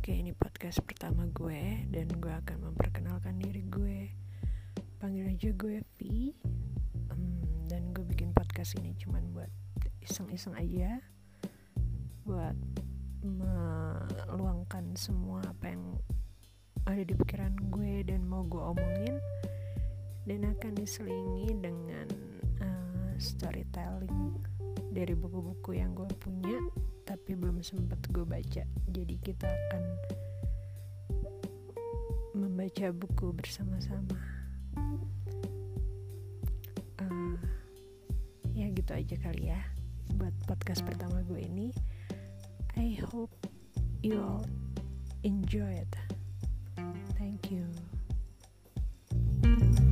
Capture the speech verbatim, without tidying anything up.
Oke, ini podcast pertama gue dan gue akan memperkenalkan diri gue. Panggil aja gue V. um, Dan gue bikin podcast ini cuman buat iseng-iseng aja, buat meluangkan semua apa yang ada di pikiran gue dan mau gue omongin, dan akan diselingi dengan uh, storytelling dari buku-buku yang gue punya tapi belum sempat gue baca. Jadi kita akan membaca buku bersama-sama. uh, Ya gitu aja kali ya buat podcast pertama gue ini. I hope you all enjoy it. Thank you.